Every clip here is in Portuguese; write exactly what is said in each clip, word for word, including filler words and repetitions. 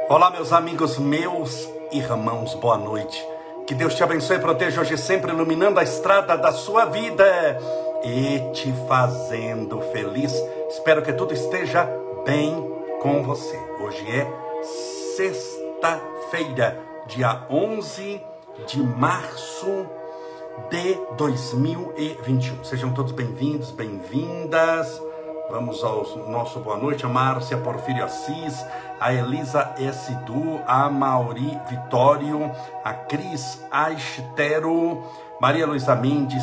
Olá, meus amigos, meus irmãos, boa noite. Que Deus te abençoe e proteja hoje sempre, iluminando a estrada da sua vida e te fazendo feliz. Espero que tudo esteja bem com você. Hoje é sexta-feira, dia onze de março de dois mil e vinte e um. Sejam todos bem-vindos, bem-vindas. Vamos ao nosso boa noite. A Márcia Porfírio Assis, a Elisa S. Du, a Mauri Vitório, a Cris Aistero, Maria Luísa Mendes,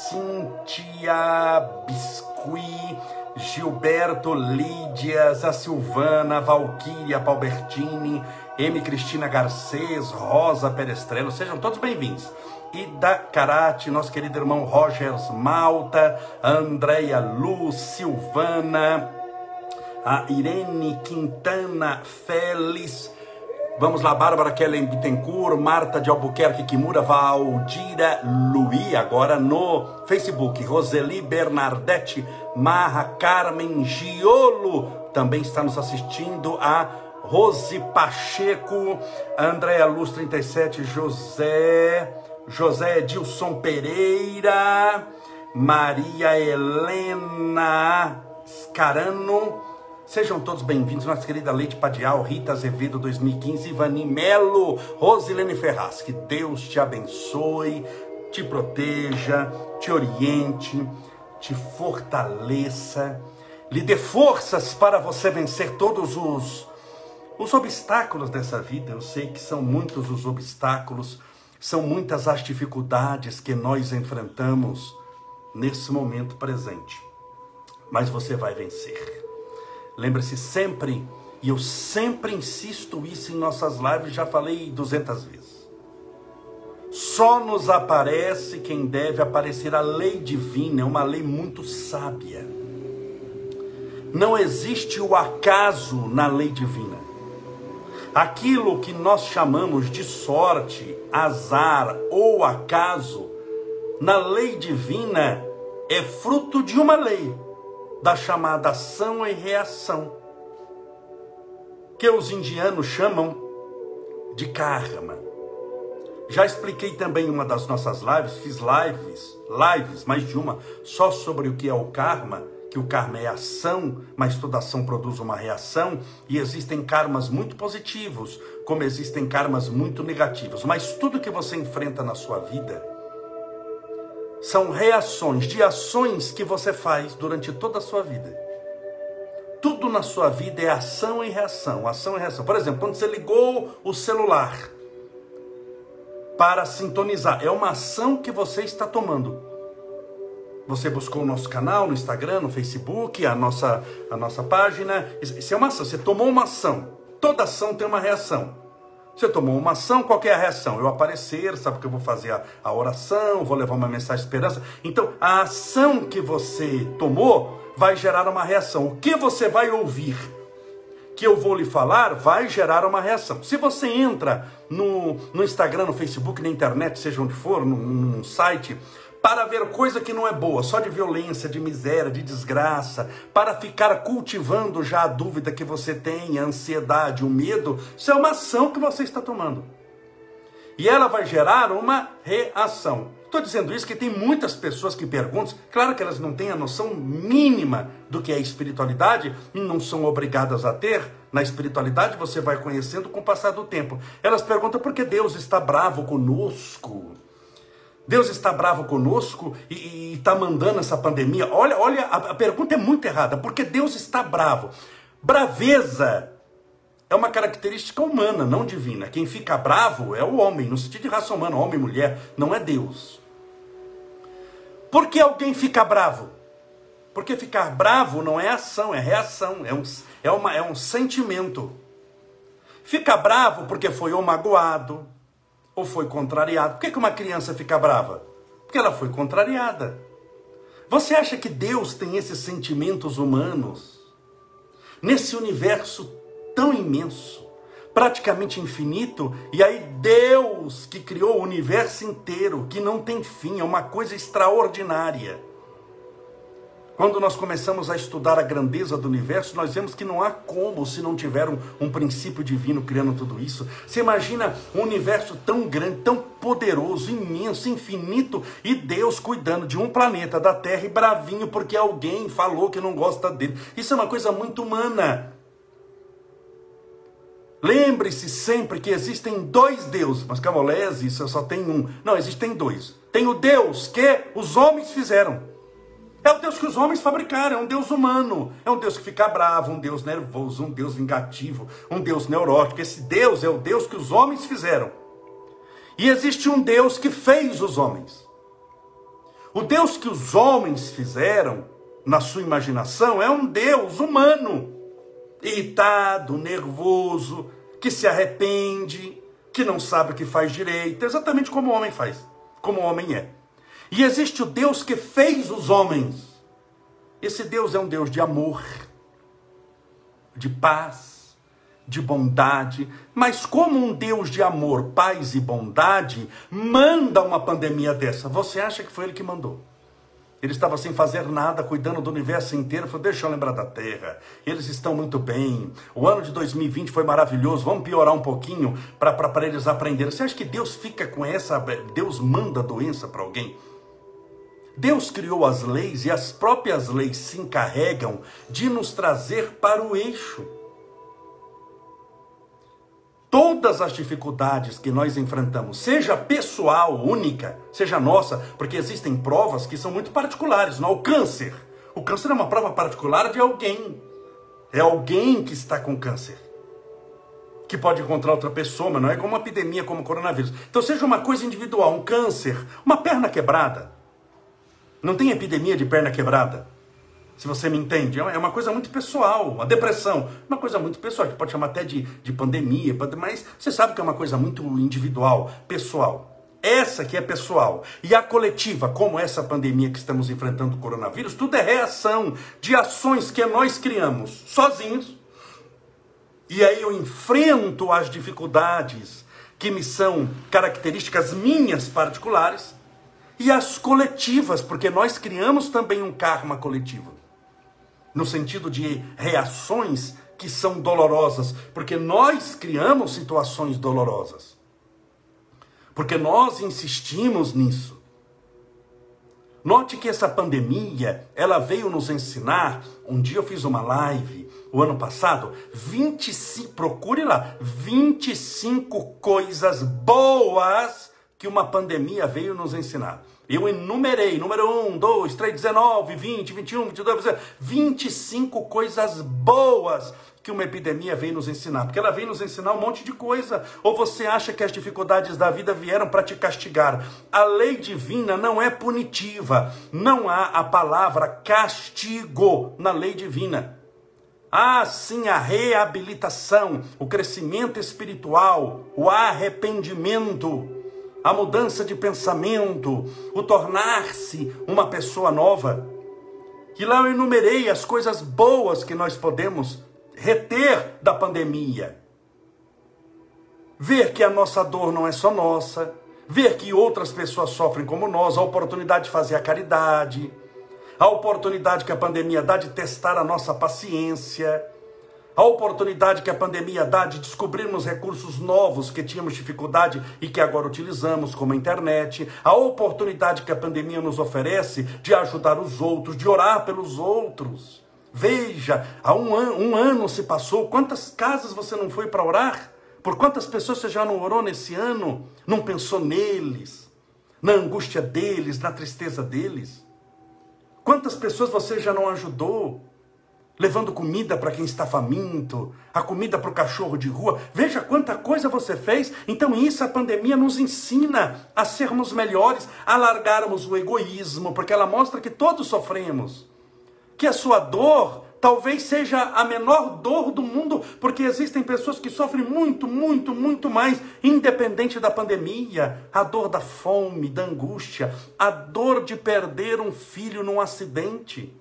Cíntia Biscuit, Gilberto Lídias, a Silvana, Valquíria Palbertini, M. Cristina Garcês, Rosa Perestrello, sejam todos bem-vindos. Ida Karate, nosso querido irmão Rogers Malta, Andréia Lu, Silvana, a Irene Quintana Félix, vamos lá, Bárbara Kellen Bittencourt, Marta de Albuquerque Kimura, Valdira Luí, agora no Facebook, Roseli Bernardete, Marra Carmen Giolo, também está nos assistindo, a Rose Pacheco, Andréia Luz trinta e sete, José... José Edilson Pereira, Maria Helena Scarano, sejam todos bem-vindos, nossa querida Leite Padial, Rita Azevedo dois mil e quinze, Ivani Melo, Rosilene Ferraz, que Deus te abençoe, te proteja, te oriente, te fortaleça, lhe dê forças para você vencer todos os, os obstáculos dessa vida. Eu sei que são muitos os obstáculos, são muitas as dificuldades que nós enfrentamos nesse momento presente. Mas você vai vencer. Lembre-se sempre, e eu sempre insisto isso em nossas lives, já falei duzentas vezes. Só nos aparece quem deve aparecer. A lei divina é uma lei muito sábia. Não existe o acaso na lei divina. Aquilo que nós chamamos de sorte, azar ou acaso, na lei divina é fruto de uma lei, da chamada ação e reação, que os indianos chamam de karma. Já expliquei também em uma das nossas lives, fiz lives, lives, mais de uma, só sobre o que é o karma, que o karma é ação, mas toda ação produz uma reação, e existem karmas muito positivos, como existem karmas muito negativos, mas tudo que você enfrenta na sua vida são reações de ações que você faz durante toda a sua vida. Tudo na sua vida é ação e reação, ação e reação. Por exemplo, quando você ligou o celular para sintonizar, é uma ação que você está tomando. Você buscou o nosso canal no Instagram, no Facebook, a nossa, a nossa página. Isso é uma ação, você tomou uma ação. Toda ação tem uma reação. Você tomou uma ação, qual que é a reação? Eu aparecer, sabe que eu vou fazer a, a oração, vou levar uma mensagem de esperança. Então, a ação que você tomou vai gerar uma reação. O que você vai ouvir, que eu vou lhe falar, vai gerar uma reação. Se você entra no, no Instagram, no Facebook, na internet, seja onde for, num, num site, para ver coisa que não é boa, só de violência, de miséria, de desgraça, para ficar cultivando já a dúvida que você tem, a ansiedade, o medo, isso é uma ação que você está tomando. E ela vai gerar uma reação. Estou dizendo isso porque tem muitas pessoas que perguntam, claro que elas não têm a noção mínima do que é espiritualidade, e não são obrigadas a ter. Na espiritualidade você vai conhecendo com o passar do tempo. Elas perguntam por que Deus está bravo conosco. Deus está bravo conosco e está mandando essa pandemia. Olha, olha, a, a pergunta é muito errada. Porque Deus está bravo. Braveza é uma característica humana, não divina. Quem fica bravo é o homem, no sentido de raça humana, homem e mulher, não é Deus. Por que alguém fica bravo? Porque ficar bravo não é ação, é reação, é um, é uma, é um sentimento. Fica bravo porque foi ou magoado, ou foi contrariado. Por que que uma criança fica brava? Porque ela foi contrariada. Você acha que Deus tem esses sentimentos humanos? Nesse universo tão imenso, praticamente infinito, e aí Deus que criou o universo inteiro, que não tem fim, é uma coisa extraordinária. Quando nós começamos a estudar a grandeza do universo, nós vemos que não há como se não tiver um, um princípio divino criando tudo isso. Você imagina um universo tão grande, tão poderoso, imenso, infinito, e Deus cuidando de um planeta, da Terra, e bravinho porque alguém falou que não gosta dele. Isso é uma coisa muito humana. Lembre-se sempre que existem dois deuses, mas Camolese, isso só tem um. Não, existem dois. Tem o Deus que os homens fizeram. É o Deus que os homens fabricaram, é um Deus humano. É um Deus que fica bravo, um Deus nervoso, um Deus vingativo, um Deus neurótico. Esse Deus é o Deus que os homens fizeram. E existe um Deus que fez os homens. O Deus que os homens fizeram, na sua imaginação, é um Deus humano. Irritado, nervoso, que se arrepende, que não sabe o que faz direito. Exatamente como o homem faz, como o homem é. E existe o Deus que fez os homens. Esse Deus é um Deus de amor, de paz, de bondade. Mas como um Deus de amor, paz e bondade manda uma pandemia dessa? Você acha que foi ele que mandou? Ele estava sem fazer nada, cuidando do universo inteiro. Falou, deixa eu lembrar da Terra. Eles estão muito bem. O ano de dois mil e vinte foi maravilhoso. Vamos piorar um pouquinho para eles aprenderem. Você acha que Deus fica com essa... Deus manda doença para alguém? Deus criou as leis e as próprias leis se encarregam de nos trazer para o eixo. Todas as dificuldades que nós enfrentamos, seja pessoal, única, seja nossa, porque existem provas que são muito particulares, não é o câncer. O câncer é uma prova particular de alguém. É alguém que está com câncer, que pode encontrar outra pessoa, mas não é como uma epidemia, como o coronavírus. Então seja uma coisa individual, um câncer, uma perna quebrada. Não tem epidemia de perna quebrada, se você me entende. É uma coisa muito pessoal. A depressão, uma coisa muito pessoal, que pode chamar até de, de pandemia, mas você sabe que é uma coisa muito individual, pessoal. Essa que é pessoal. E a coletiva, como essa pandemia que estamos enfrentando, o coronavírus, tudo é reação de ações que nós criamos sozinhos. E aí eu enfrento as dificuldades que me são características minhas particulares, e as coletivas, porque nós criamos também um karma coletivo, no sentido de reações que são dolorosas, porque nós criamos situações dolorosas, porque nós insistimos nisso. Note que essa pandemia, ela veio nos ensinar. Um dia eu fiz uma live, o ano passado, vinte e cinco, procure lá, vinte e cinco coisas boas que uma pandemia veio nos ensinar. Eu enumerei, número um, dois, três, dezenove, vinte, vinte e um, vinte e dois, vinte e cinco coisas boas que uma epidemia veio nos ensinar. Porque ela veio nos ensinar um monte de coisa. Ou você acha que as dificuldades da vida vieram para te castigar? A lei divina não é punitiva. Não há a palavra castigo na lei divina. Há sim a reabilitação, o crescimento espiritual, o arrependimento, a mudança de pensamento, o tornar-se uma pessoa nova. E lá eu enumerei as coisas boas que nós podemos reter da pandemia. Ver que a nossa dor não é só nossa, ver que outras pessoas sofrem como nós, a oportunidade de fazer a caridade, a oportunidade que a pandemia dá de testar a nossa paciência, a oportunidade que a pandemia dá de descobrirmos recursos novos que tínhamos dificuldade e que agora utilizamos, como a internet. A oportunidade que a pandemia nos oferece de ajudar os outros, de orar pelos outros. Veja, há um ano, um ano se passou, quantas casas você não foi para orar? Por quantas pessoas você já não orou nesse ano? Não pensou neles, na angústia deles, na tristeza deles? Quantas pessoas você já não ajudou? Levando comida para quem está faminto, a comida para o cachorro de rua. Veja quanta coisa você fez. Então isso a pandemia nos ensina a sermos melhores, a largarmos o egoísmo, porque ela mostra que todos sofremos. Que a sua dor talvez seja a menor dor do mundo, porque existem pessoas que sofrem muito, muito, muito mais, independente da pandemia. A dor da fome, da angústia, a dor de perder um filho num acidente.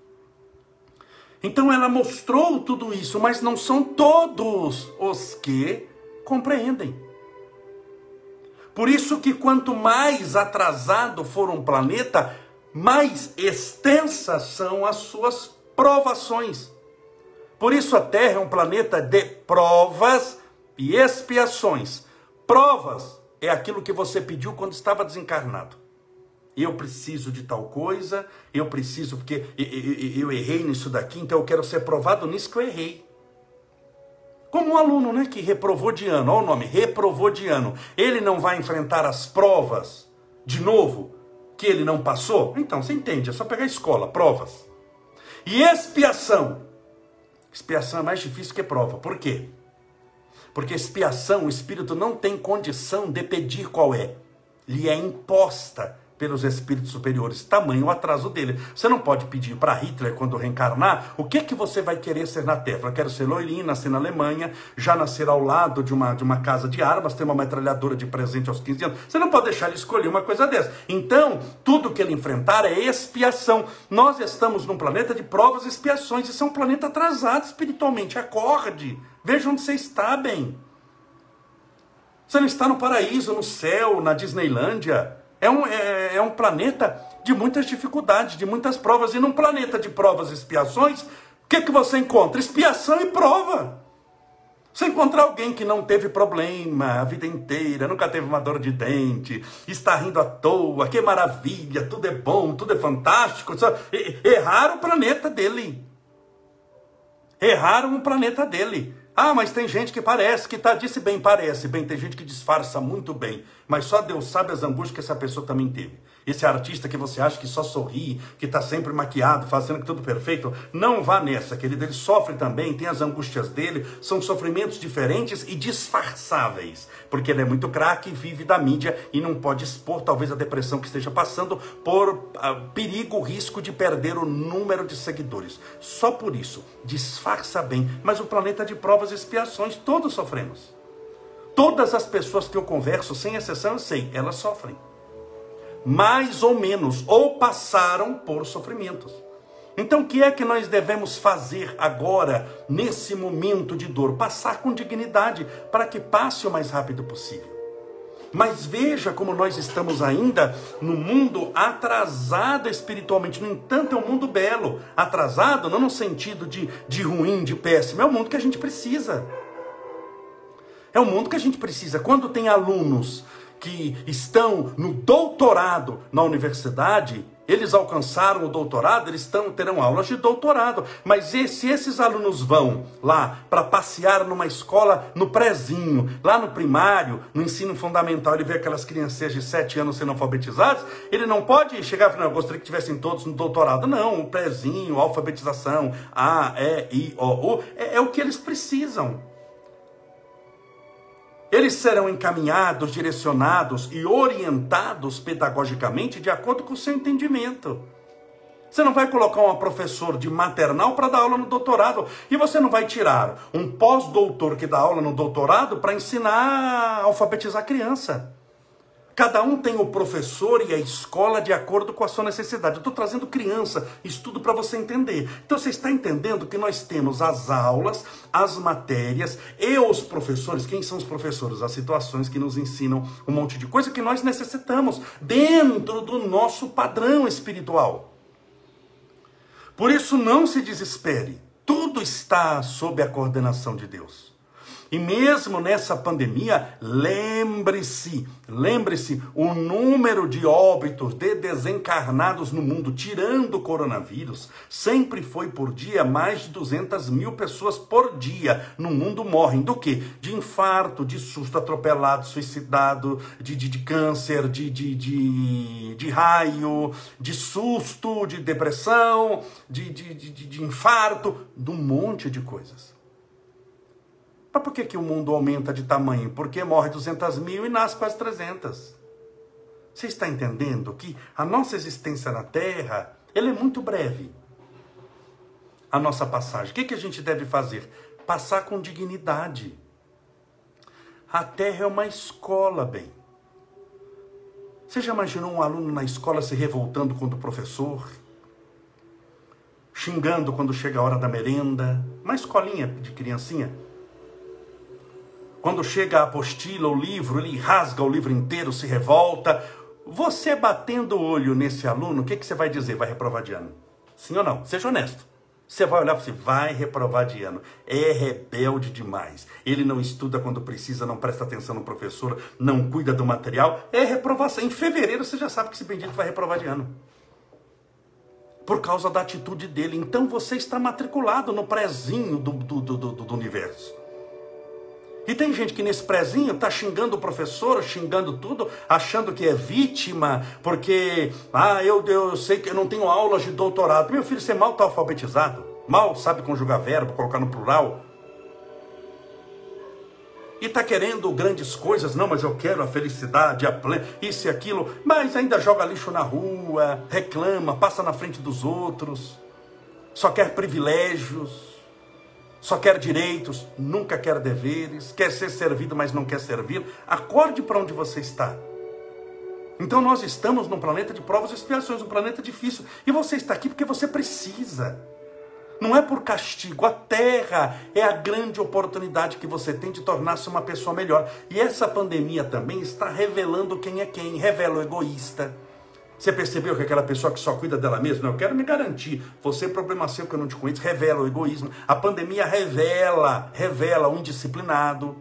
Então ela mostrou tudo isso, mas não são todos os que compreendem. Por isso que quanto mais atrasado for um planeta, mais extensas são as suas provações. Por isso a Terra é um planeta de provas e expiações. Provas é aquilo que você pediu quando estava desencarnado. Eu preciso de tal coisa, eu preciso porque eu errei nisso daqui, então eu quero ser provado nisso que eu errei. Como um aluno, né, que reprovou de ano, olha o nome, reprovou de ano. Ele não vai enfrentar as provas de novo que ele não passou? Então, você entende, é só pegar a escola, provas. E expiação. Expiação é mais difícil que prova. Por quê? Porque expiação, o espírito não tem condição de pedir qual é. Lhe é imposta pelos espíritos superiores, tamanho o atraso dele. Você não pode pedir para Hitler, quando reencarnar, o que que você vai querer ser na Terra. Eu quero ser loirinho, nascer na Alemanha, já nascer ao lado de uma, de uma casa de armas, ter uma metralhadora de presente aos quinze anos. Você não pode deixar ele escolher uma coisa dessa. Então, tudo que ele enfrentar é expiação. Nós estamos num planeta de provas e expiações. Isso é um planeta atrasado espiritualmente. Acorde. Veja onde você está, bem. Você não está no paraíso, no céu, na Disneylândia. É um, é, é um planeta de muitas dificuldades, de muitas provas. E num planeta de provas e expiações, o que, que você encontra? Expiação e prova. Você encontrar alguém que não teve problema a vida inteira, nunca teve uma dor de dente, está rindo à toa, que maravilha, tudo é bom, tudo é fantástico. Só, erraram o planeta dele. Erraram o planeta dele. Ah, mas tem gente que parece, que tá, disse bem, parece bem, tem gente que disfarça muito bem, mas só Deus sabe as angústias que essa pessoa também teve. Esse artista que você acha que só sorri, que está sempre maquiado, fazendo tudo perfeito, não vá nessa, querido, ele sofre também, tem as angústias dele, são sofrimentos diferentes e disfarçáveis, porque ele é muito craque, vive da mídia e não pode expor talvez a depressão que esteja passando por uh, perigo, risco de perder o número de seguidores. Só por isso, disfarça bem, mas o planeta de provas e expiações, todos sofremos. Todas as pessoas que eu converso, sem exceção, eu sei, elas sofrem. Mais ou menos, ou passaram por sofrimentos. Então, o que é que nós devemos fazer agora, nesse momento de dor? Passar com dignidade, para que passe o mais rápido possível. Mas veja como nós estamos ainda no mundo atrasado espiritualmente. No entanto, é um mundo belo. Atrasado, não no sentido de, de ruim, de péssimo. É o mundo que a gente precisa. É o mundo que a gente precisa. Quando tem alunos que estão no doutorado na universidade, eles alcançaram o doutorado, eles estão, terão aulas de doutorado. Mas e, se esses alunos vão lá para passear numa escola no prézinho, lá no primário, no ensino fundamental, ele vê aquelas crianças de sete anos sendo alfabetizadas, ele não pode chegar e falar, não, eu gostaria que tivessem todos no doutorado. Não, o prézinho, a alfabetização, A, E, I, O, U, é, é o que eles precisam. Eles serão encaminhados, direcionados e orientados pedagogicamente de acordo com o seu entendimento. Você não vai colocar um professor de maternal para dar aula no doutorado. E você não vai tirar um pós-doutor que dá aula no doutorado para ensinar a alfabetizar a criança. Cada um tem o professor e a escola de acordo com a sua necessidade. Eu estou trazendo criança, estudo para você entender. Então você está entendendo que nós temos as aulas, as matérias e os professores. Quem são os professores? As situações que nos ensinam um monte de coisa que nós necessitamos dentro do nosso padrão espiritual. Por isso não se desespere. Tudo está sob a coordenação de Deus. E mesmo nessa pandemia, lembre-se, lembre-se, o número de óbitos de desencarnados no mundo, tirando o coronavírus, sempre foi por dia mais de duzentas mil pessoas por dia no mundo morrem. Do quê? De infarto, de susto, atropelado, suicidado, de, de, de câncer, de, de, de, de raio, de susto, de depressão, de, de, de, de infarto, de um monte de coisas. Mas por que, que o mundo aumenta de tamanho? Porque morre duzentas mil e nasce quase trezentas. Você está entendendo que a nossa existência na Terra, ela é muito breve. A nossa passagem. O que, que a gente deve fazer? Passar com dignidade. A Terra é uma escola, bem. Você já imaginou um aluno na escola se revoltando contra o professor? Xingando quando chega a hora da merenda? Uma escolinha de criancinha. Quando chega a apostila, o livro, ele rasga o livro inteiro, se revolta. Você batendo o olho nesse aluno, o que, que você vai dizer? Vai reprovar de ano? Sim ou não? Seja honesto. Você vai olhar e falar assim, vai reprovar de ano. É rebelde demais. Ele não estuda quando precisa, não presta atenção no professor, não cuida do material. É reprovação. Em fevereiro você já sabe que esse bendito vai reprovar de ano. Por causa da atitude dele. Então você está matriculado no prézinho do, do, do, do, do universo. E tem gente que nesse prézinho está xingando o professor, xingando tudo, achando que é vítima, porque, ah, eu, eu sei que eu não tenho aulas de doutorado. Meu filho, você mal está alfabetizado, mal sabe conjugar verbo, colocar no plural. E está querendo grandes coisas, não, mas eu quero a felicidade, a plena, isso e aquilo, mas ainda joga lixo na rua, reclama, passa na frente dos outros, só quer privilégios. Só quer direitos, nunca quer deveres, quer ser servido, mas não quer servir. Acorde para onde você está. Então nós estamos num planeta de provas e expiações, um planeta difícil. E você está aqui porque você precisa. Não é por castigo. A Terra é a grande oportunidade que você tem de tornar-se uma pessoa melhor. E essa pandemia também está revelando quem é quem. Revela o egoísta. Você percebeu que aquela pessoa que só cuida dela mesma, eu quero me garantir, você é problema seu que eu não te conheço, revela o egoísmo. A pandemia revela, revela o indisciplinado,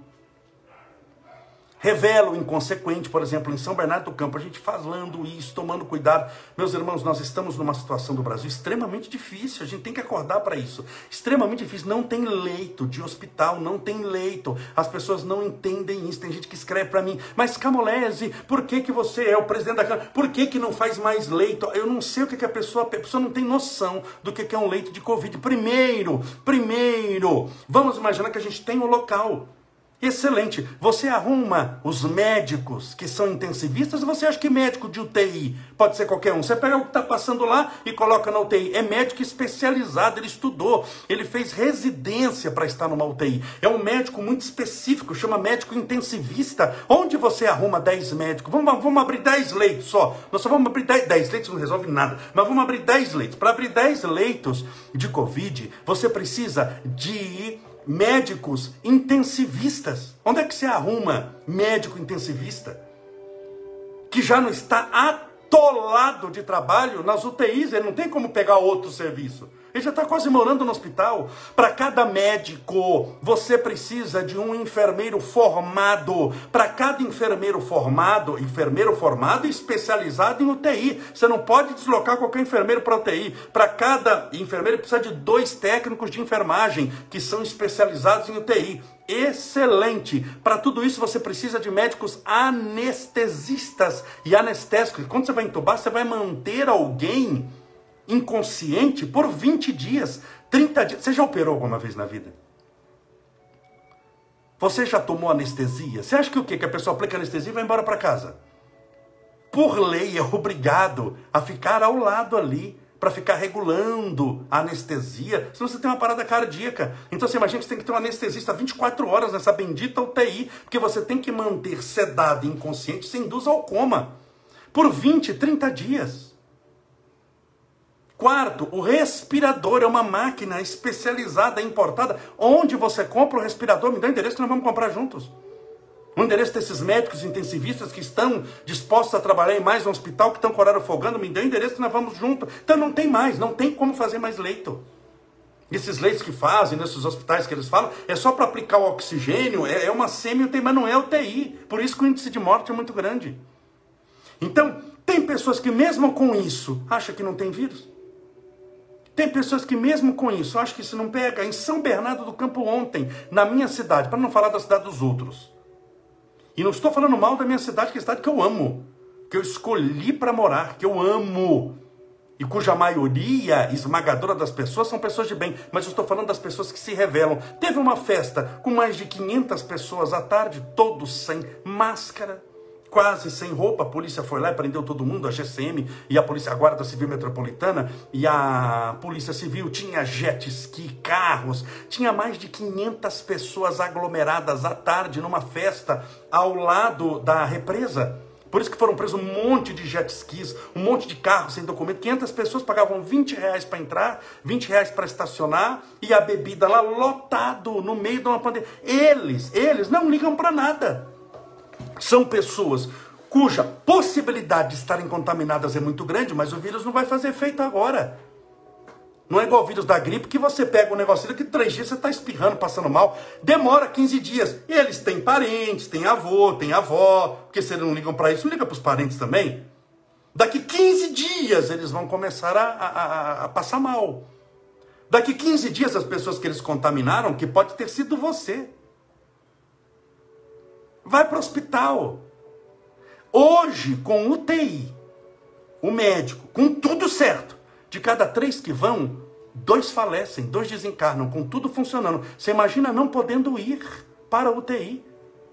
revela o inconsequente. Por exemplo, em São Bernardo do Campo, a gente falando isso, tomando cuidado. Meus irmãos, nós estamos numa situação do Brasil extremamente difícil, a gente tem que acordar para isso. Extremamente difícil, não tem leito de hospital, não tem leito. As pessoas não entendem isso. Tem gente que escreve para mim, mas Camolese, por que que você é o presidente da Câmara? Por que que não faz mais leito? Eu não sei o que que a pessoa... A pessoa não tem noção do que que é um leito de Covid. Primeiro, primeiro, vamos imaginar que a gente tem um local... Excelente. Você arruma os médicos que são intensivistas, ou você acha que médico de U T I pode ser qualquer um? Você pega o que está passando lá e coloca na U T I. É médico especializado, ele estudou, ele fez residência para estar numa U T I. É um médico muito específico, chama médico intensivista. Onde você arruma dez médicos? Vamos, vamos abrir dez leitos só. Nós só vamos abrir dez, dez leitos, não resolve nada. Mas vamos abrir dez leitos. Para abrir dez leitos de Covid, você precisa de... médicos intensivistas. Onde é que você arruma médico intensivista? Que já não está atolado de trabalho nas U T Is, ele não tem como pegar outro serviço. Ele já está quase morando no hospital. Para cada médico, você precisa de um enfermeiro formado. Para cada enfermeiro formado, enfermeiro formado e especializado em U T I. Você não pode deslocar qualquer enfermeiro para U T I. Para cada enfermeiro, precisa de dois técnicos de enfermagem, que são especializados em U T I. Excelente! Para tudo isso, você precisa de médicos anestesistas e anestésicos. Quando você vai entubar, você vai manter alguém... inconsciente por vinte dias, trinta dias. Você já operou alguma vez na vida? Você já tomou anestesia? Você acha que o quê? Que a pessoa aplica anestesia e vai embora para casa? Por lei é obrigado a ficar ao lado ali, para ficar regulando a anestesia, senão você tem uma parada cardíaca. Então você imagina que você tem que ter um anestesista vinte e quatro horas nessa bendita U T I, porque você tem que manter sedado e inconsciente, sem induz ao coma, por vinte, trinta dias. Quarto, o respirador é uma máquina especializada, importada. Onde você compra o respirador? Me dá o endereço que nós vamos comprar juntos. O endereço desses médicos intensivistas que estão dispostos a trabalhar em mais um hospital, que estão com horário folgando, me dá o endereço que nós vamos juntos. Então não tem mais, não tem como fazer mais leito. Esses leitos que fazem, nesses hospitais que eles falam, é só para aplicar o oxigênio, é, é uma semi-U T I, mas não é U T I. Por isso que o índice de morte é muito grande. Então, tem pessoas que mesmo com isso, acham que não tem vírus. Tem pessoas que mesmo com isso, acham que isso não pega. Em São Bernardo do Campo ontem, na minha cidade, para não falar da cidade dos outros. E não estou falando mal da minha cidade, que é a cidade que eu amo. Que eu escolhi para morar, que eu amo. E cuja maioria esmagadora das pessoas são pessoas de bem. Mas eu estou falando das pessoas que se revelam. Teve uma festa com mais de quinhentas pessoas à tarde, todos sem máscara. Quase sem roupa, a polícia foi lá e prendeu todo mundo, a G C M e a polícia, a Guarda Civil Metropolitana e a Polícia Civil. Tinha jet ski, carros, tinha mais de quinhentas pessoas aglomeradas à tarde numa festa ao lado da represa. Por isso que foram presos um monte de jet skis, um monte de carros sem documento. quinhentas pessoas pagavam vinte reais para entrar, vinte reais para estacionar e a bebida lá lotado no meio de uma pandemia. Eles, eles não ligam para nada. São pessoas cuja possibilidade de estarem contaminadas é muito grande, mas o vírus não vai fazer efeito agora. Não é igual o vírus da gripe, que você pega um negocinho que três dias você está espirrando, passando mal. Demora quinze dias. E eles têm parentes, têm avô, têm avó. Porque se eles não ligam para isso, não liga para os parentes também. Daqui quinze dias eles vão começar a, a, a passar mal. Daqui quinze dias as pessoas que eles contaminaram, que pode ter sido você, vai para o hospital. Hoje, com U T I, o médico, com tudo certo, de cada três que vão, dois falecem, dois desencarnam, com tudo funcionando. Você imagina não podendo ir para a U T I.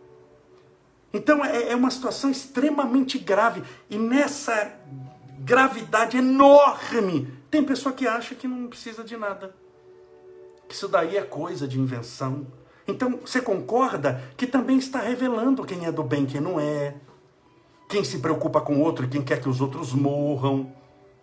Então é, é uma situação extremamente grave. E nessa gravidade enorme, tem pessoa que acha que não precisa de nada. Que isso daí é coisa de invenção. Então você concorda que também está revelando quem é do bem e quem não é. Quem se preocupa com o outro e quem quer que os outros morram.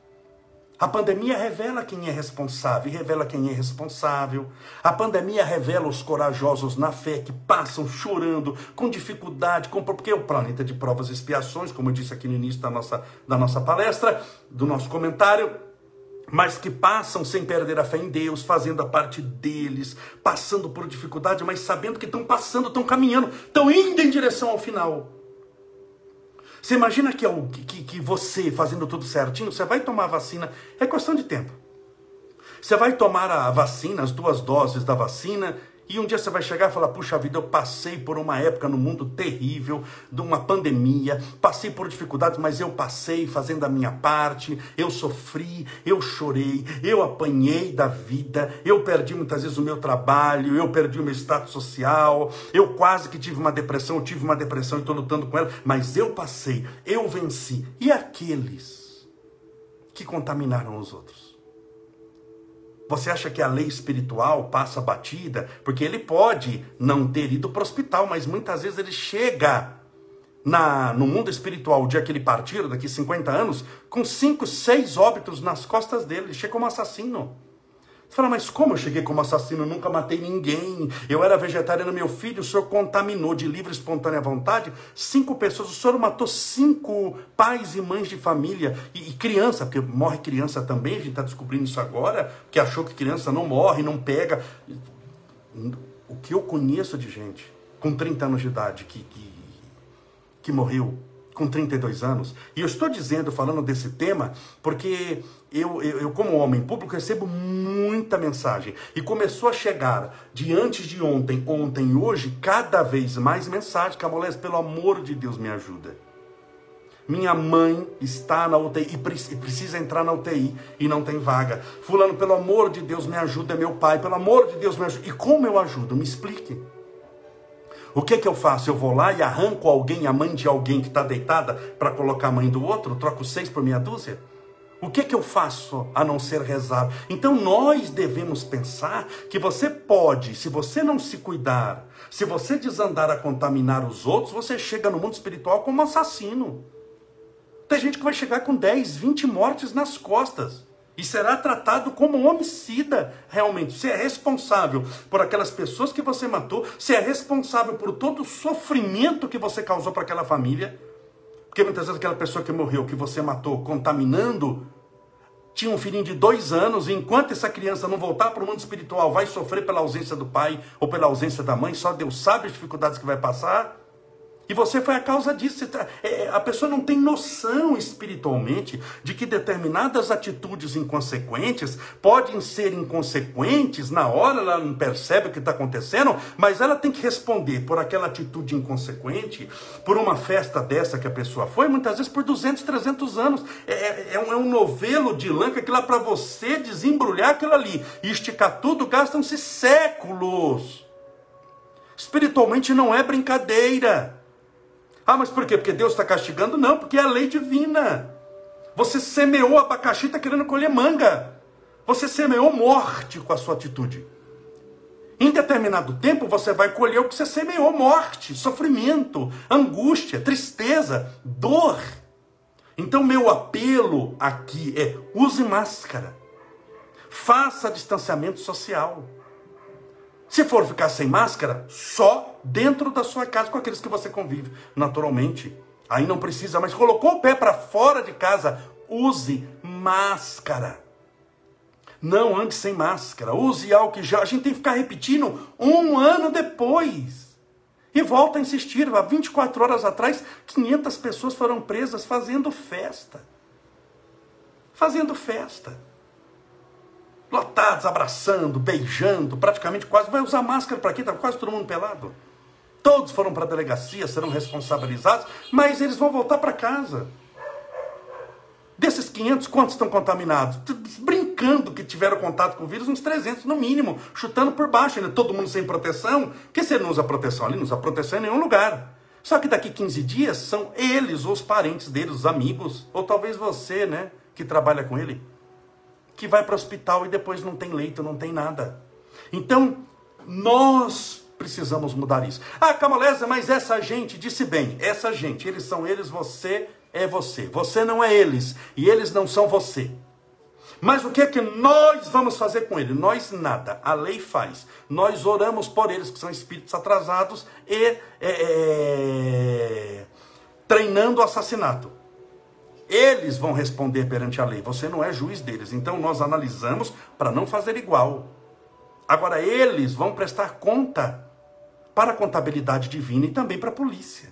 A pandemia revela quem é responsável e revela quem é irresponsável. A pandemia revela os corajosos na fé que passam chorando, com dificuldade, com... porque é o planeta de provas e expiações, como eu disse aqui no início da nossa, da nossa palestra, do nosso comentário, mas que passam sem perder a fé em Deus, fazendo a parte deles, passando por dificuldade, mas sabendo que estão passando, estão caminhando, estão indo em direção ao final. Você imagina que, que, que você, fazendo tudo certinho, você vai tomar a vacina, é questão de tempo. Você vai tomar a vacina, as duas doses da vacina, e um dia você vai chegar e falar, puxa vida, eu passei por uma época no mundo terrível, de uma pandemia, passei por dificuldades, mas eu passei fazendo a minha parte, eu sofri, eu chorei, eu apanhei da vida, eu perdi muitas vezes o meu trabalho, eu perdi o meu status social, eu quase que tive uma depressão, eu tive uma depressão e estou lutando com ela, mas eu passei, eu venci. E aqueles que contaminaram os outros? Você acha que a lei espiritual passa batida? Porque ele pode não ter ido para o hospital, mas muitas vezes ele chega na, no mundo espiritual, o dia que ele partir, daqui cinquenta anos, com cinco, seis óbitos nas costas dele. Ele chega como assassino. Você fala, mas como eu cheguei como assassino? Eu nunca matei ninguém. Eu era vegetariano, meu filho, o senhor contaminou de livre e espontânea vontade cinco pessoas. O senhor matou cinco pais e mães de família. E, e criança, porque morre criança também. A gente está descobrindo isso agora, que achou que criança não morre, não pega. O que eu conheço de gente com trinta anos de idade que, que, que morreu com trinta e dois anos. E eu estou dizendo, falando desse tema, porque eu, eu, eu como homem público, recebo muita mensagem. E começou a chegar, de antes de ontem, ontem e hoje, cada vez mais mensagem. Camolés, pelo amor de Deus, me ajuda. Minha mãe está na U T I e precisa entrar na U T I e não tem vaga. Fulano, pelo amor de Deus, me ajuda. É meu pai, pelo amor de Deus, me ajuda. E como eu ajudo? Me explique. O que que eu faço? Eu vou lá e arranco alguém, a mãe de alguém que está deitada, para colocar a mãe do outro? Troco seis por meia dúzia? O que que eu faço a não ser rezar? Então nós devemos pensar que você pode, se você não se cuidar, se você desandar a contaminar os outros, você chega no mundo espiritual como assassino. Tem gente que vai chegar com dez, vinte mortes nas costas. E será tratado como homicida, realmente. Você é responsável por aquelas pessoas que você matou. Você é responsável por todo o sofrimento que você causou para aquela família. Porque muitas vezes aquela pessoa que morreu, que você matou, contaminando, tinha um filhinho de dois anos. E enquanto essa criança não voltar para o mundo espiritual, vai sofrer pela ausência do pai ou pela ausência da mãe. Só Deus sabe as dificuldades que vai passar. E você foi a causa disso. A pessoa não tem noção espiritualmente de que determinadas atitudes inconsequentes podem ser inconsequentes, na hora ela não percebe o que está acontecendo, mas ela tem que responder por aquela atitude inconsequente, por uma festa dessa que a pessoa foi, muitas vezes por duzentos, trezentos anos. É, é, um, é um novelo de lã que lá para você desembrulhar aquilo ali e esticar tudo, gastam-se séculos. Espiritualmente não é brincadeira. Ah, mas por quê? Porque Deus está castigando? Não, porque é a lei divina. Você semeou abacaxi, está querendo colher manga. Você semeou morte com a sua atitude. Em determinado tempo, você vai colher o que você semeou: morte, sofrimento, angústia, tristeza, dor. Então, meu apelo aqui é: use máscara. Faça distanciamento social. Se for ficar sem máscara, só dentro da sua casa, com aqueles que você convive naturalmente. Aí não precisa, mas colocou o pé para fora de casa, use máscara. Não ande sem máscara, use álcool gel. A gente tem que ficar repetindo um ano depois. E volta a insistir, há vinte e quatro horas atrás, quinhentas pessoas foram presas fazendo festa. Fazendo festa. Lotados, abraçando, beijando, praticamente quase. Vai usar máscara para quê? Está quase todo mundo pelado. Todos foram para a delegacia, serão responsabilizados, mas eles vão voltar para casa. Desses quinhentos, quantos estão contaminados? Brincando que tiveram contato com o vírus, uns trezentos no mínimo, chutando por baixo, ainda todo mundo sem proteção. Porque se ele não usa proteção ali, não usa proteção em nenhum lugar. Só que daqui quinze dias são eles, ou os parentes deles, os amigos, ou talvez você, né, que trabalha com ele, que vai para o hospital e depois não tem leito, não tem nada. Então, nós precisamos mudar isso. Ah, Camoleza, mas essa gente, disse bem, essa gente, eles são eles, você é você. Você não é eles, e eles não são você. Mas o que é que nós vamos fazer com ele? Nós nada, a lei faz. Nós oramos por eles, que são espíritos atrasados, e é, é, treinando o assassinato. Eles vão responder perante a lei, você não é juiz deles. Então nós analisamos para não fazer igual. Agora eles vão prestar conta para a contabilidade divina e também para a polícia.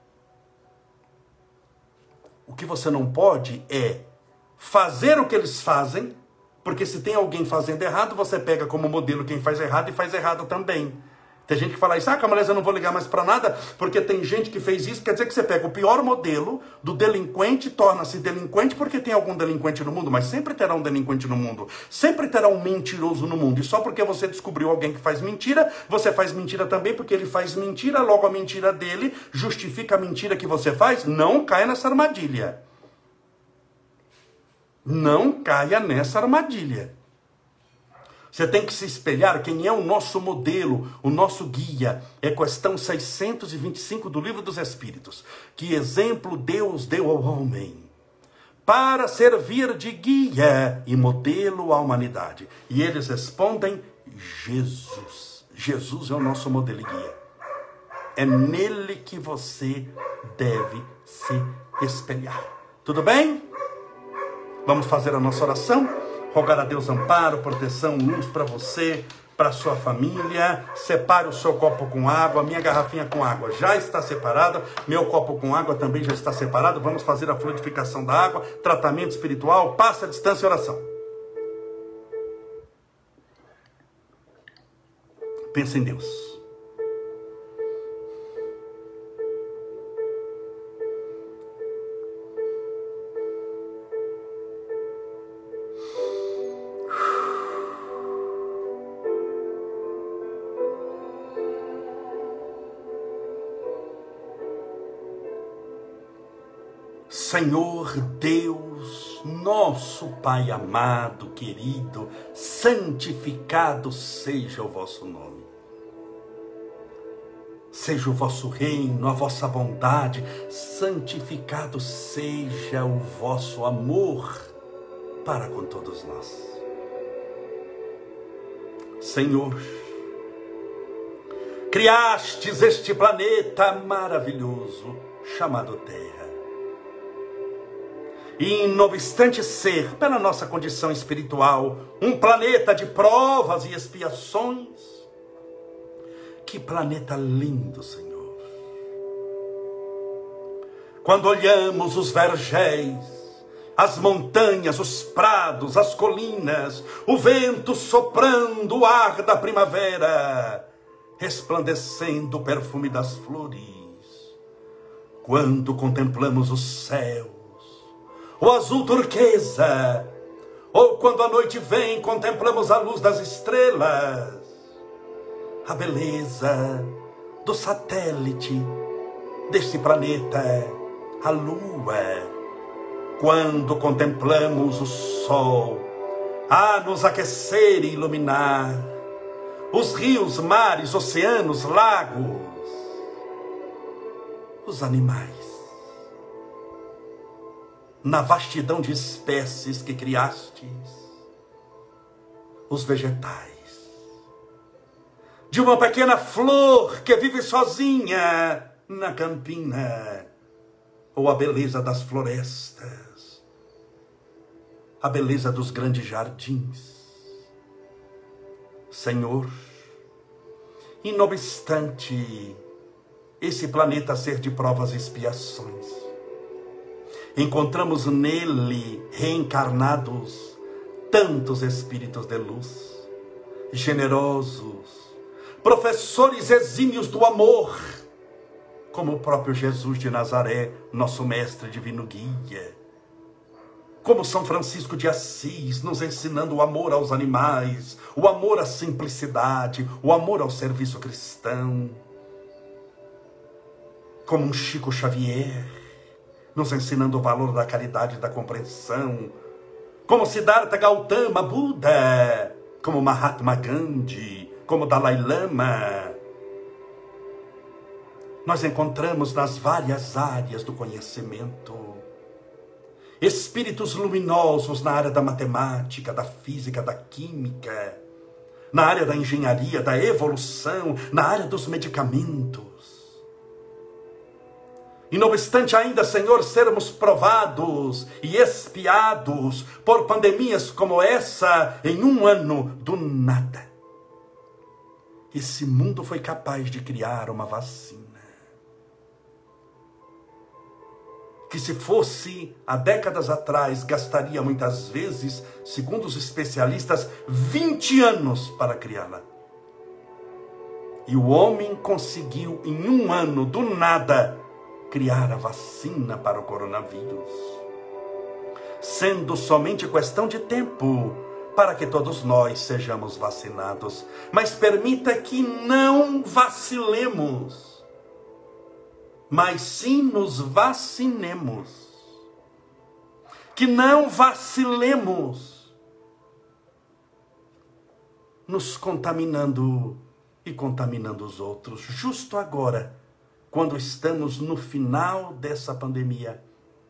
O que você não pode é fazer o que eles fazem, porque se tem alguém fazendo errado, você pega como modelo quem faz errado e faz errado também. Tem gente que fala isso, ah, Camoleza, eu não vou ligar mais para nada, porque tem gente que fez isso. Quer dizer que você pega o pior modelo do delinquente, torna-se delinquente porque tem algum delinquente no mundo, mas sempre terá um delinquente no mundo, sempre terá um mentiroso no mundo, e só porque você descobriu alguém que faz mentira, você faz mentira também, porque ele faz mentira, logo a mentira dele justifica a mentira que você faz. Não caia nessa armadilha. Não caia nessa armadilha. Você tem que se espelhar quem é o nosso modelo, o nosso guia. É questão seiscentos e vinte e cinco do Livro dos Espíritos. Que exemplo Deus deu ao homem para servir de guia e modelo à humanidade? E eles respondem, Jesus. Jesus é o nosso modelo e guia. É nele que você deve se espelhar. Tudo bem? Vamos fazer a nossa oração? Rogar a Deus amparo, proteção, luz para você, para sua família. Separe o seu copo com água. Minha garrafinha com água já está separada. Meu copo com água também já está separado. Vamos fazer a fluidificação da água. Tratamento espiritual. Passa a distância e oração. Pensa em Deus. Senhor Deus, nosso Pai amado, querido, santificado seja o vosso nome. Seja o vosso reino, a vossa bondade, santificado seja o vosso amor para com todos nós. Senhor, criastes este planeta maravilhoso chamado Terra. E não obstante ser, pela nossa condição espiritual, um planeta de provas e expiações, que planeta lindo, Senhor. Quando olhamos os vergéis, as montanhas, os prados, as colinas, o vento soprando o ar da primavera, resplandecendo o perfume das flores, quando contemplamos o céu, o azul turquesa, ou quando a noite vem, contemplamos a luz das estrelas, a beleza do satélite deste planeta, a lua, quando contemplamos o sol, a nos aquecer e iluminar, os rios, mares, oceanos, lagos, os animais, na vastidão de espécies que criastes, os vegetais, de uma pequena flor que vive sozinha na campina, ou a beleza das florestas, a beleza dos grandes jardins. Senhor, e não obstante esse planeta ser de provas e expiações, encontramos nele reencarnados tantos espíritos de luz, generosos, professores exímios do amor, como o próprio Jesus de Nazaré, nosso mestre divino guia, como São Francisco de Assis, nos ensinando o amor aos animais, o amor à simplicidade, o amor ao serviço cristão, como um Chico Xavier, nos ensinando o valor da caridade e da compreensão, como Siddhartha Gautama Buda, como Mahatma Gandhi, como Dalai Lama. Nós encontramos nas várias áreas do conhecimento espíritos luminosos na área da matemática, da física, da química, na área da engenharia, da evolução, na área dos medicamentos. E não obstante ainda, Senhor, sermos provados e expiados por pandemias como essa, em um ano do nada, esse mundo foi capaz de criar uma vacina, que se fosse há décadas atrás, gastaria muitas vezes, segundo os especialistas, vinte anos para criá-la. E o homem conseguiu, em um ano do nada, criar a vacina para o coronavírus, sendo somente questão de tempo para que todos nós sejamos vacinados. Mas permita que não vacilemos, mas sim nos vacinemos, que não vacilemos, nos contaminando e contaminando os outros, justo agora, quando estamos no final dessa pandemia.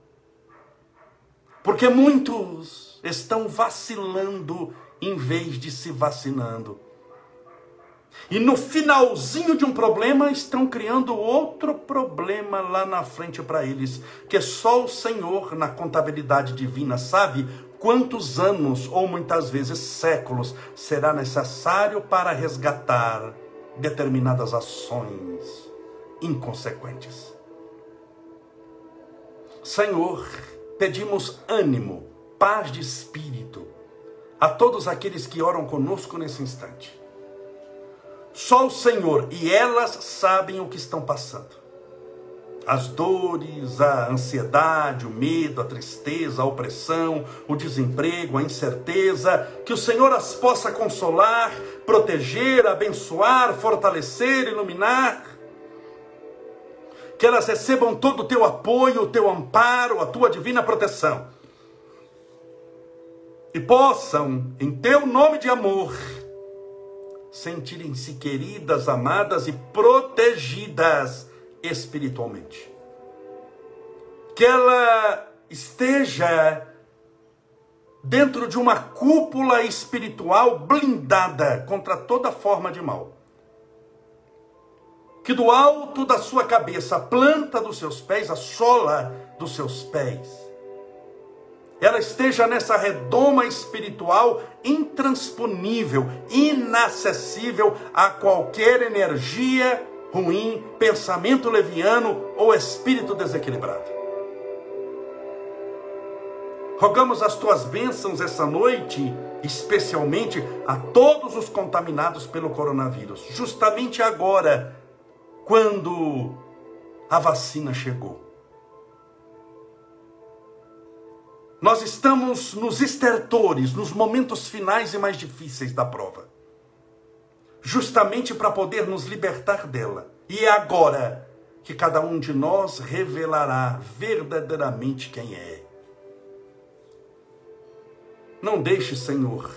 Porque muitos estão vacilando em vez de se vacinando. E no finalzinho de um problema estão criando outro problema lá na frente para eles, que só o Senhor, na contabilidade divina, sabe quantos anos, ou muitas vezes séculos, será necessário para resgatar determinadas ações inconsequentes. Senhor, pedimos ânimo, paz de espírito a todos aqueles que oram conosco nesse instante. Só o Senhor e elas sabem o que estão passando. As dores, a ansiedade, o medo, a tristeza, a opressão, o desemprego, a incerteza. Que o Senhor as possa consolar, proteger, abençoar, fortalecer, iluminar. Que elas recebam todo o teu apoio, o teu amparo, a tua divina proteção. E possam, em teu nome de amor, sentirem-se queridas, amadas e protegidas espiritualmente. Que ela esteja dentro de uma cúpula espiritual blindada contra toda forma de mal. Que do alto da sua cabeça, a planta dos seus pés, a sola dos seus pés, ela esteja nessa redoma espiritual intransponível, inacessível a qualquer energia ruim, pensamento leviano ou espírito desequilibrado. Rogamos as tuas bênçãos essa noite, especialmente a todos os contaminados pelo coronavírus, justamente agora, quando a vacina chegou. Nós estamos nos estertores, nos momentos finais e mais difíceis da prova. Justamente para poder nos libertar dela. E é agora que cada um de nós revelará verdadeiramente quem é. Não deixe, Senhor,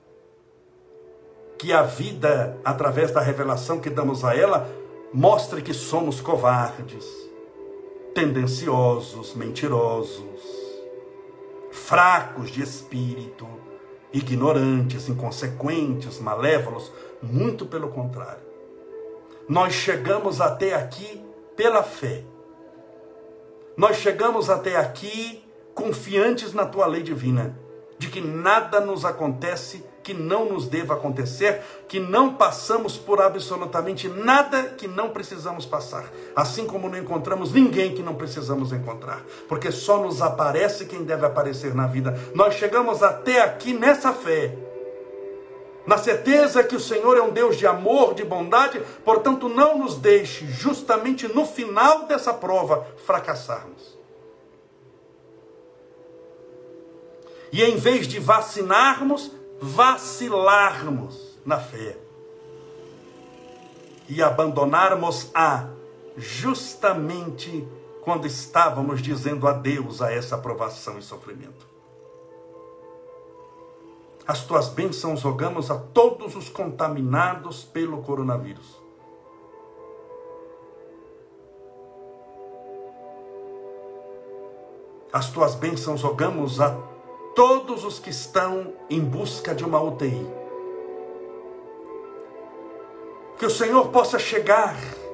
que a vida, através da revelação que damos a ela, mostre que somos covardes, tendenciosos, mentirosos, fracos de espírito, ignorantes, inconsequentes, malévolos. Muito pelo contrário. Nós chegamos até aqui pela fé. nós chegamos até aqui confiantes na tua lei divina, de que nada nos acontece que não nos deva acontecer, que não passamos por absolutamente nada que não precisamos passar, assim como não encontramos ninguém que não precisamos encontrar, porque só nos aparece quem deve aparecer na vida. Nós chegamos até aqui nessa fé, na certeza que o Senhor é um Deus de amor, de bondade, portanto não nos deixe, justamente no final dessa prova, fracassarmos. E em vez de vacinarmos, vacilarmos na fé e abandonarmos a justamente quando estávamos dizendo adeus a essa provação e sofrimento. As tuas bênçãos rogamos a todos os contaminados pelo coronavírus. As tuas bênçãos rogamos a todos os que estão em busca de uma U T I. Que o Senhor possa chegar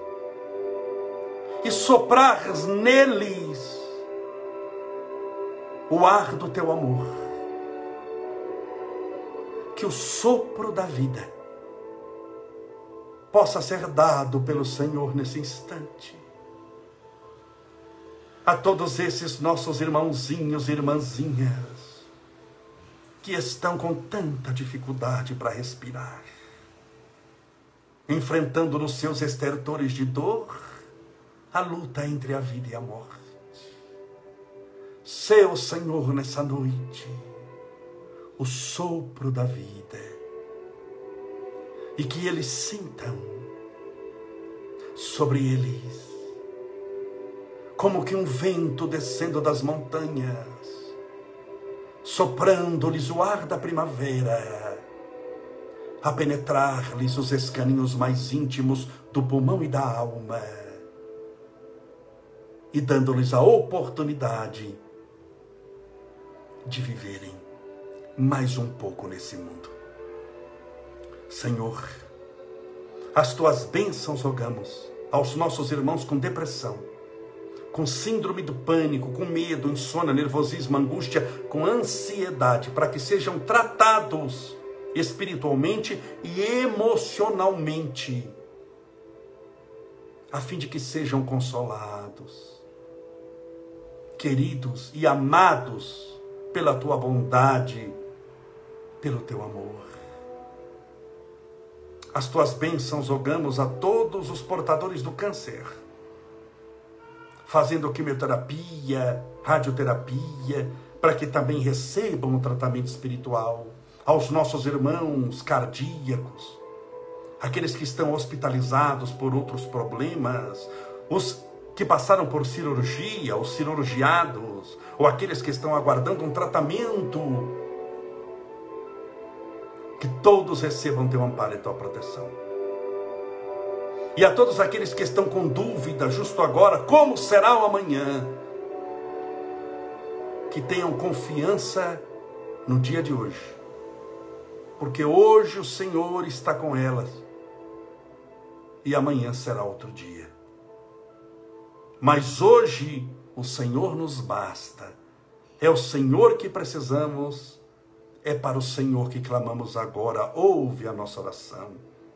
e soprar neles o ar do teu amor. Que o sopro da vida possa ser dado pelo Senhor nesse instante a todos esses nossos irmãozinhos e irmãzinhas que estão com tanta dificuldade para respirar, enfrentando nos seus estertores de dor a luta entre a vida e a morte. Sê o Senhor nessa noite o sopro da vida, e que eles sintam sobre eles como que um vento descendo das montanhas, soprando-lhes o ar da primavera, a penetrar-lhes os escaninhos mais íntimos do pulmão e da alma, e dando-lhes a oportunidade de viverem mais um pouco nesse mundo. Senhor, as tuas bênçãos rogamos aos nossos irmãos com depressão, com síndrome do pânico, com medo, insônia, nervosismo, angústia, com ansiedade, para que sejam tratados espiritualmente e emocionalmente, a fim de que sejam consolados, queridos e amados pela tua bondade, pelo teu amor. As tuas bênçãos rogamos a todos os portadores do câncer, fazendo quimioterapia, radioterapia, para que também recebam o tratamento espiritual. Aos nossos irmãos cardíacos, aqueles que estão hospitalizados por outros problemas, os que passaram por cirurgia, os cirurgiados, ou aqueles que estão aguardando um tratamento, que todos recebam teu amparo e tua proteção. E a todos aqueles que estão com dúvida, justo agora, como será o amanhã, que tenham confiança no dia de hoje, porque hoje o Senhor está com elas, e amanhã será outro dia. Mas hoje o Senhor nos basta, é o Senhor que precisamos, é para o Senhor que clamamos agora. Ouve a nossa oração.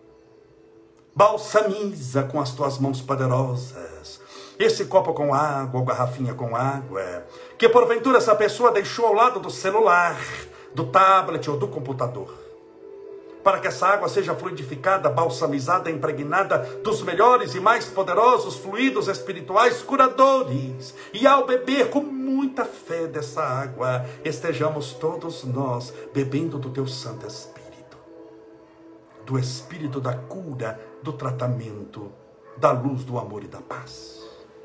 Balsamiza com as tuas mãos poderosas esse copo com água, ou garrafinha com água, que porventura essa pessoa deixou ao lado do celular, do tablet ou do computador, para que essa água seja fluidificada, balsamizada, impregnada dos melhores e mais poderosos fluidos espirituais curadores. E ao beber com muita fé dessa água, estejamos todos nós bebendo do teu Santo Espírito, do Espírito da cura, do tratamento, da luz, do amor e da paz.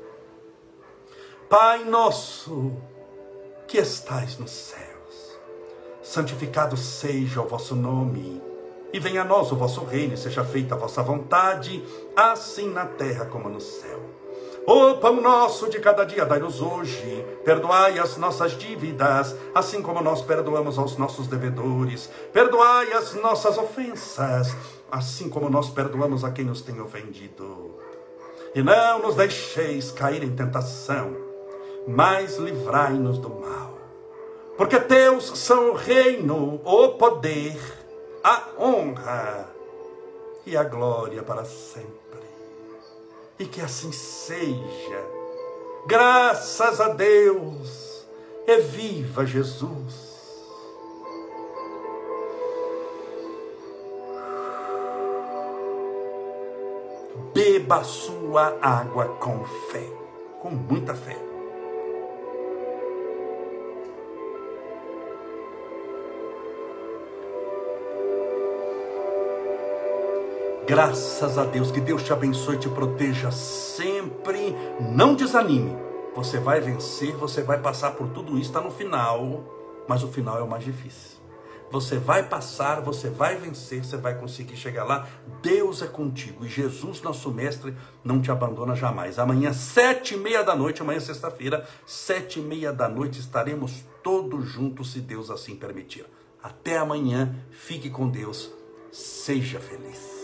Pai nosso, que estais nos céus, santificado seja o vosso nome, e venha a nós o vosso reino, e seja feita a vossa vontade, assim na terra como no céu. O pão nosso de cada dia dai-nos hoje, perdoai as nossas dívidas, assim como nós perdoamos aos nossos devedores, perdoai as nossas ofensas, assim como nós perdoamos a quem nos tem ofendido. E não nos deixeis cair em tentação, mas livrai-nos do mal. Porque teus são o reino, o poder, a honra e a glória para sempre. E que assim seja. Graças a Deus. E viva Jesus. Beba a sua água com fé, com muita fé. Graças a Deus, que Deus te abençoe e te proteja sempre. Não desanime, você vai vencer, você vai passar por tudo isso, está no final, mas o final é o mais difícil. Você vai passar, você vai vencer, você vai conseguir chegar lá. Deus é contigo e Jesus, nosso mestre, não te abandona jamais. Amanhã, sete e meia da noite, amanhã sexta-feira, sete e meia da noite, estaremos todos juntos, se Deus assim permitir. Até amanhã, fique com Deus, seja feliz.